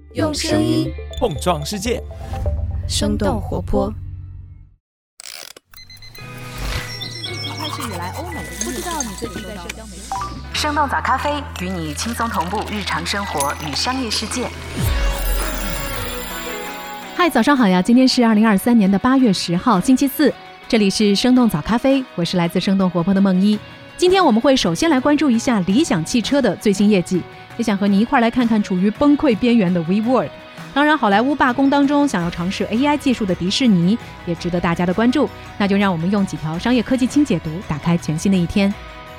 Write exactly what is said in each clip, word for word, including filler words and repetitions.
用声音碰撞世界， 生动活泼。 疫情开始以来，欧美不知道你最近在社交媒体。 生动早咖啡与你轻松同步日常生活与商业世界。 嗨，早上好呀！今天是二零二三年的八月十号，星期四。这里是生动早咖啡，我是来自生动活泼的梦一。今天我们会首先来关注一下理想汽车的最新业绩，也想和你一块来看看处于崩溃边缘的 WeWork。当然，好莱坞罢工当中想要尝试 A I 技术的迪士尼也值得大家的关注。那就让我们用几条商业科技轻解读，打开全新的一天。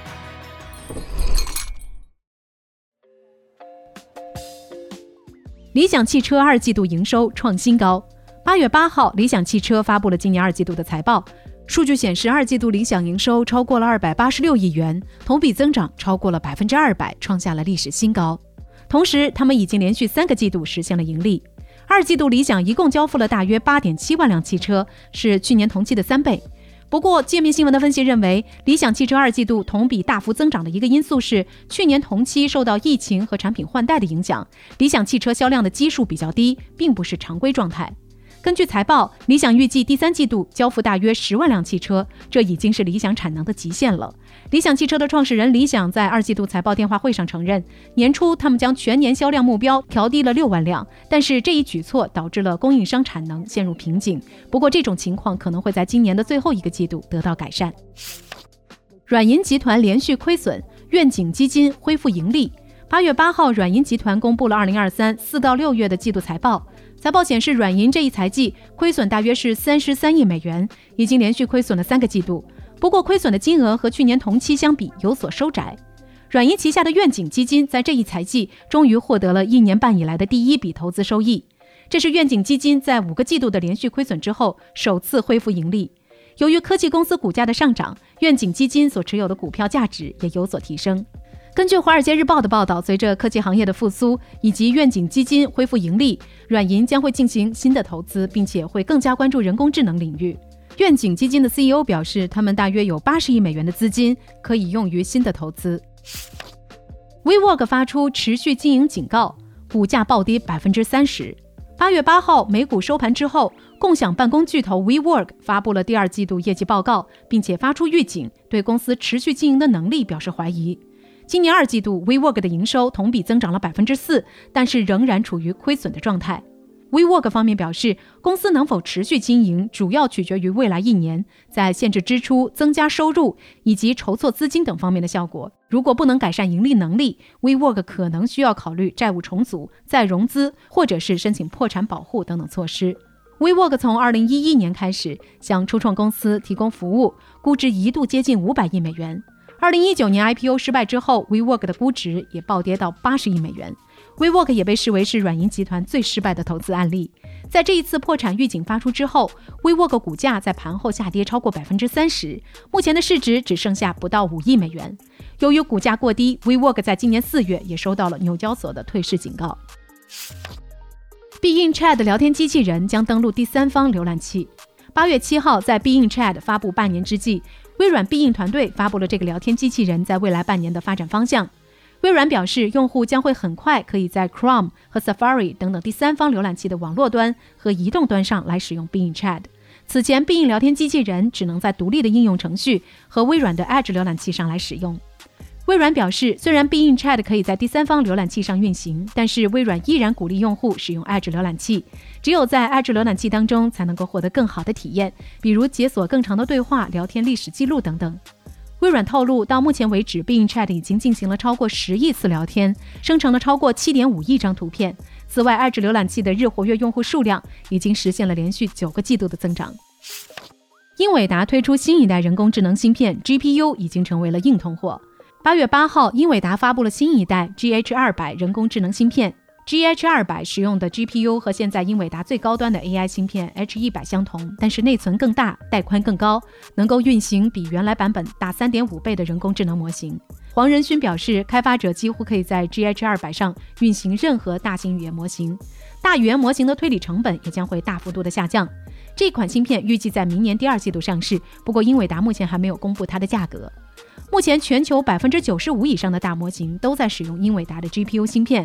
理想汽车二季度营收创新高。八月八号，理想汽车发布了今年二季度的财报。数据显示，二季度理想营收超过了二百八十六亿元，同比增长超过了百分之二百，创下了历史新高。同时，他们已经连续三个季度实现了盈利。二季度理想一共交付了大约八点七万辆汽车，是去年同期的三倍。不过，界面新闻的分析认为，理想汽车二季度同比大幅增长的一个因素是，去年同期受到疫情和产品换代的影响，理想汽车销量的基数比较低，并不是常规状态。根据财报，理想预计第三季度交付大约十万辆汽车，这已经是理想产能的极限了。理想汽车的创始人李想在二季度财报电话会上承认，年初他们将全年销量目标调低了六万辆，但是这一举措导致了供应商产能陷入瓶颈。不过这种情况可能会在今年的最后一个季度得到改善。软银集团连续亏损，愿景基金恢复盈利。八月八号，软银集团公布了二零二三四到六月的季度财报。财报显示，软银这一财季亏损大约是三十三亿美元，已经连续亏损了三个季度。不过，亏损的金额和去年同期相比有所收窄。软银旗下的愿景基金在这一财季终于获得了一年半以来的第一笔投资收益，这是愿景基金在五个季度的连续亏损之后首次恢复盈利。由于科技公司股价的上涨，愿景基金所持有的股票价值也有所提升。根据《华尔街日报》的报道，随着科技行业的复苏以及愿景基金恢复盈利，软银将会进行新的投资，并且会更加关注人工智能领域。愿景基金的 C E O 表示，他们大约有八十亿美元的资金可以用于新的投资。WeWork 发出持续经营警告，股价暴跌 百分之三十。八月八号，美股收盘之后，共享办公巨头 WeWork 发布了第二季度业绩报告，并且发出预警，对公司持续经营的能力表示怀疑。今年二季度 WeWork 的营收同比增长了 百分之四， 但是仍然处于亏损的状态。WeWork 方面表示，公司能否持续经营主要取决于未来一年在限制支出、增加收入以及筹措资金等方面的效果。如果不能改善盈利能力， WeWork 可能需要考虑债务重组、再融资，或者是申请破产保护等等措施。WeWork 从二零一一年开始向初创公司提供服务，估值一度接近五百亿美元。二零一九年 I P O 失败之后， WeWork 的估值也暴跌到八十亿美元。 WeWork 也被视为是软银集团最失败的投资案例。在这一次破产预警发出之后， WeWork 股价在盘后下跌超过 百分之三十， 目前的市值只剩下不到五亿美元。由于股价过低， WeWork 在今年四月也收到了纽交所的退市警告。Bing Chat 聊天机器人将登陆第三方浏览器。八月七号，在 Bing Chat 发布半年之际，微软必应团队发布了这个聊天机器人在未来半年的发展方向。微软表示，用户将会很快可以在 Chrome 和 Safari 等等第三方浏览器的网络端和移动端上来使用 Bing Chat。此前，必应聊天机器人只能在独立的应用程序和微软的 Edge 浏览器上来使用。微软表示，虽然 Bing Chat 可以在第三方浏览器上运行，但是微软依然鼓励用户使用 Edge 浏览器，只有在 Edge 浏览器当中才能够获得更好的体验，比如解锁更长的对话、聊天历史记录等等。微软透露，到目前为止 Bing Chat 已经进行了超过十亿次聊天，生成了超过 七点五亿张图片。此外， Edge 浏览器的日活跃用户数量已经实现了连续九个季度的增长。英伟达推出新一代人工智能芯片 G P U 已经成为了硬通货。八月八号，英伟达发布了新一代 G H 二百 人工智能芯片。G H 二百 使用的 G P U 和现在英伟达最高端的 A I 芯片 H 一百 相同，但是内存更大，带宽更高，能够运行比原来版本大 三点五倍的人工智能模型。黄仁勋表示，开发者几乎可以在 G H 二百 上运行任何大型语言模型，大语言模型的推理成本也将会大幅度的下降。这款芯片预计在明年第二季度上市，不过英伟达目前还没有公布它的价格。目前全球 百分之九十五 以上的大模型都在使用英伟达的 G P U 芯片，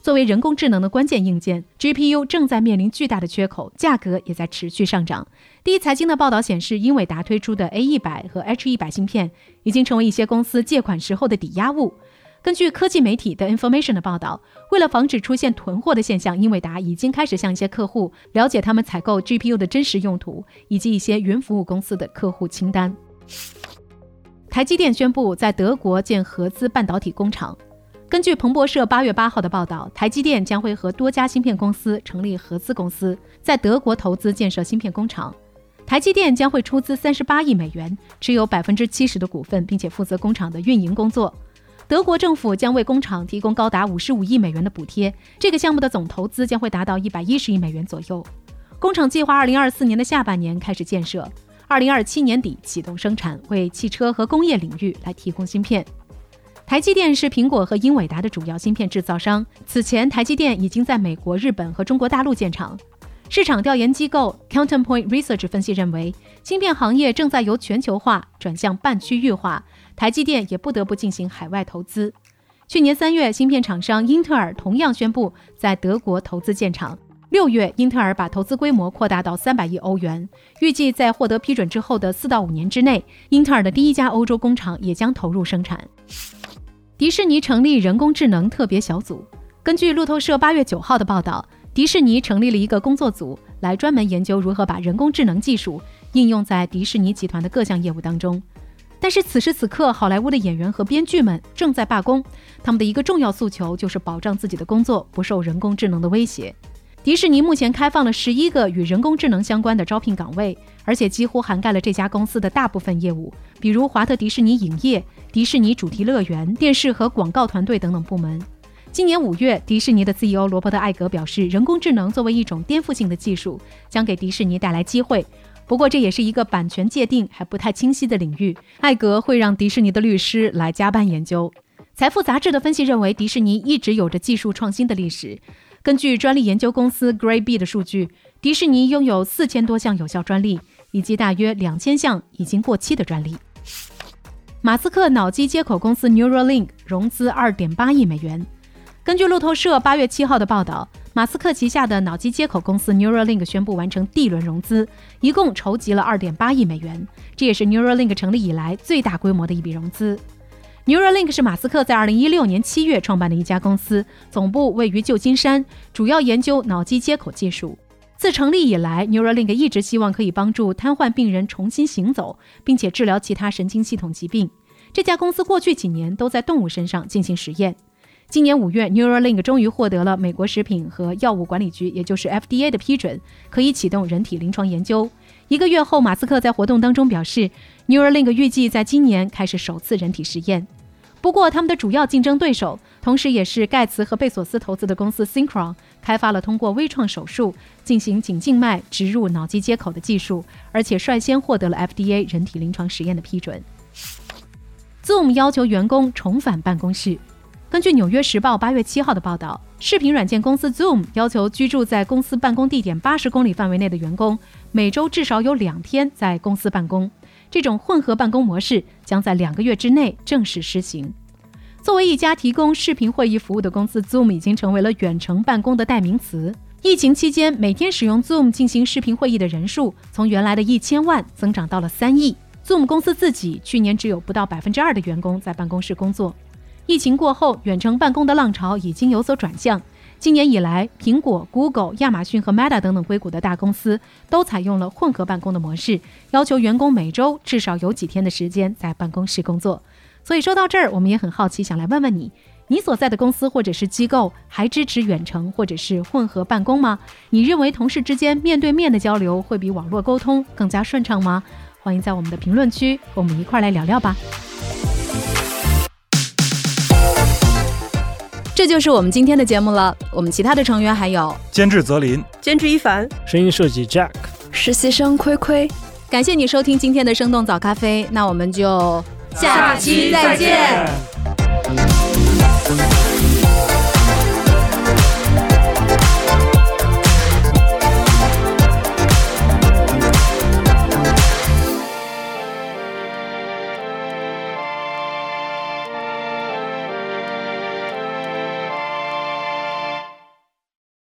作为人工智能的关键硬件 G P U 正在面临巨大的缺口，价格也在持续上涨。第一财经的报道显示，英伟达推出的 A 一百 和 H 一百 芯片已经成为一些公司借款时候的抵押物。根据科技媒体的 Information 的报道，为了防止出现囤货的现象，英伟达已经开始向一些客户了解他们采购 G P U 的真实用途，以及一些云服务公司的客户清单。台积电宣布在德国建合资半导体工厂。根据彭博社八月八号的报道，台积电将会和多家芯片公司成立合资公司，在德国投资建设芯片工厂。台积电将会出资三十八亿美元，持有百分之七十的股份，并且负责工厂的运营工作。德国政府将为工厂提供高达五十五亿美元的补贴，这个项目的总投资将会达到一百一十亿美元左右。工厂计划二零二四年的下半年开始建设，二零二七年底启动生产，为汽车和工业领域来提供芯片。台积电是苹果和英伟达的主要芯片制造商，此前台积电已经在美国、日本和中国大陆建厂。市场调研机构 Counterpoint Research 分析认为，芯片行业正在由全球化转向半区域化，台积电也不得不进行海外投资。去年三月，芯片厂商英特尔同样宣布在德国投资建厂。六月，英特尔把投资规模扩大到三百亿欧元，预计在获得批准之后的四到五年之内，英特尔的第一家欧洲工厂也将投入生产。迪士尼成立人工智能特别小组。根据路透社八月九号的报道，迪士尼成立了一个工作组，来专门研究如何把人工智能技术应用在迪士尼集团的各项业务当中。但是此时此刻，好莱坞的演员和编剧们正在罢工，他们的一个重要诉求就是保障自己的工作不受人工智能的威胁。迪士尼目前开放了十一个与人工智能相关的招聘岗位，而且几乎涵盖了这家公司的大部分业务，比如华特迪士尼影业、迪士尼主题乐园、电视和广告团队等等部门。今年五月，迪士尼的 C E O 罗伯特·艾格表示，人工智能作为一种颠覆性的技术，将给迪士尼带来机会。不过这也是一个版权界定还不太清晰的领域，艾格会让迪士尼的律师来加班研究。财富杂志的分析认为，迪士尼一直有着技术创新的历史。根据专利研究公司 Grey 的数据，迪士尼拥有四千多项有效专利，以及大约两千项已经过期的专利。马斯克脑机接口公司 Neuralink 融资 二点八亿美元。根据路透社八月七号的报道，马斯克旗下的脑机接口公司 Neuralink 宣布完成第一轮融资，一共筹集了 二点八亿美元，这也是 Neuralink 成立以来最大规模的一笔融资。Neuralink 是马斯克在二零一六年七月创办的一家公司，总部位于旧金山，主要研究脑机接口技术。自成立以来， Neuralink 一直希望可以帮助瘫痪病人重新行走，并且治疗其他神经系统疾病。这家公司过去几年都在动物身上进行实验。今年五月 Neuralink 终于获得了美国食品和药物管理局，也就是 F D A 的批准，可以启动人体临床研究。一个月后，马斯克在活动当中表示， Neuralink 预计在今年开始首次人体实验。不过他们的主要竞争对手，同时也是盖茨和贝索斯投资的公司 Synchron 开发了通过微创手术进行颈静脉植入脑机接口的技术，而且率先获得了 F D A 人体临床实验的批准。 Zoom 要求员工重返办公室。根据纽约时报八月七号的报道，视频软件公司 Zoom 要求居住在公司办公地点八十公里范围内的员工每周至少有两天在公司办公。这种混合办公模式将在两个月之内正式施行。作为一家提供视频会议服务的公司， Zoom 已经成为了远程办公的代名词。疫情期间，每天使用 Zoom 进行视频会议的人数从原来的一千万增长到了三亿。Zoom 公司自己去年只有不到百分之二的员工在办公室工作。疫情过后，远程办公的浪潮已经有所转向。今年以来，苹果、Google、亚马逊和 Meta 等等硅谷的大公司都采用了混合办公的模式，要求员工每周至少有几天的时间在办公室工作。所以说到这儿，我们也很好奇，想来问问你，你所在的公司或者是机构还支持远程或者是混合办公吗？你认为同事之间面对面的交流会比网络沟通更加顺畅吗？欢迎在我们的评论区和我们一块来聊聊吧。这就是我们今天的节目了。我们其他的成员还有监制泽林， 监制一凡， 声音设计 Jack， 实习生亏亏。 感谢你收听今天的生动早咖啡，那我们就下期再见。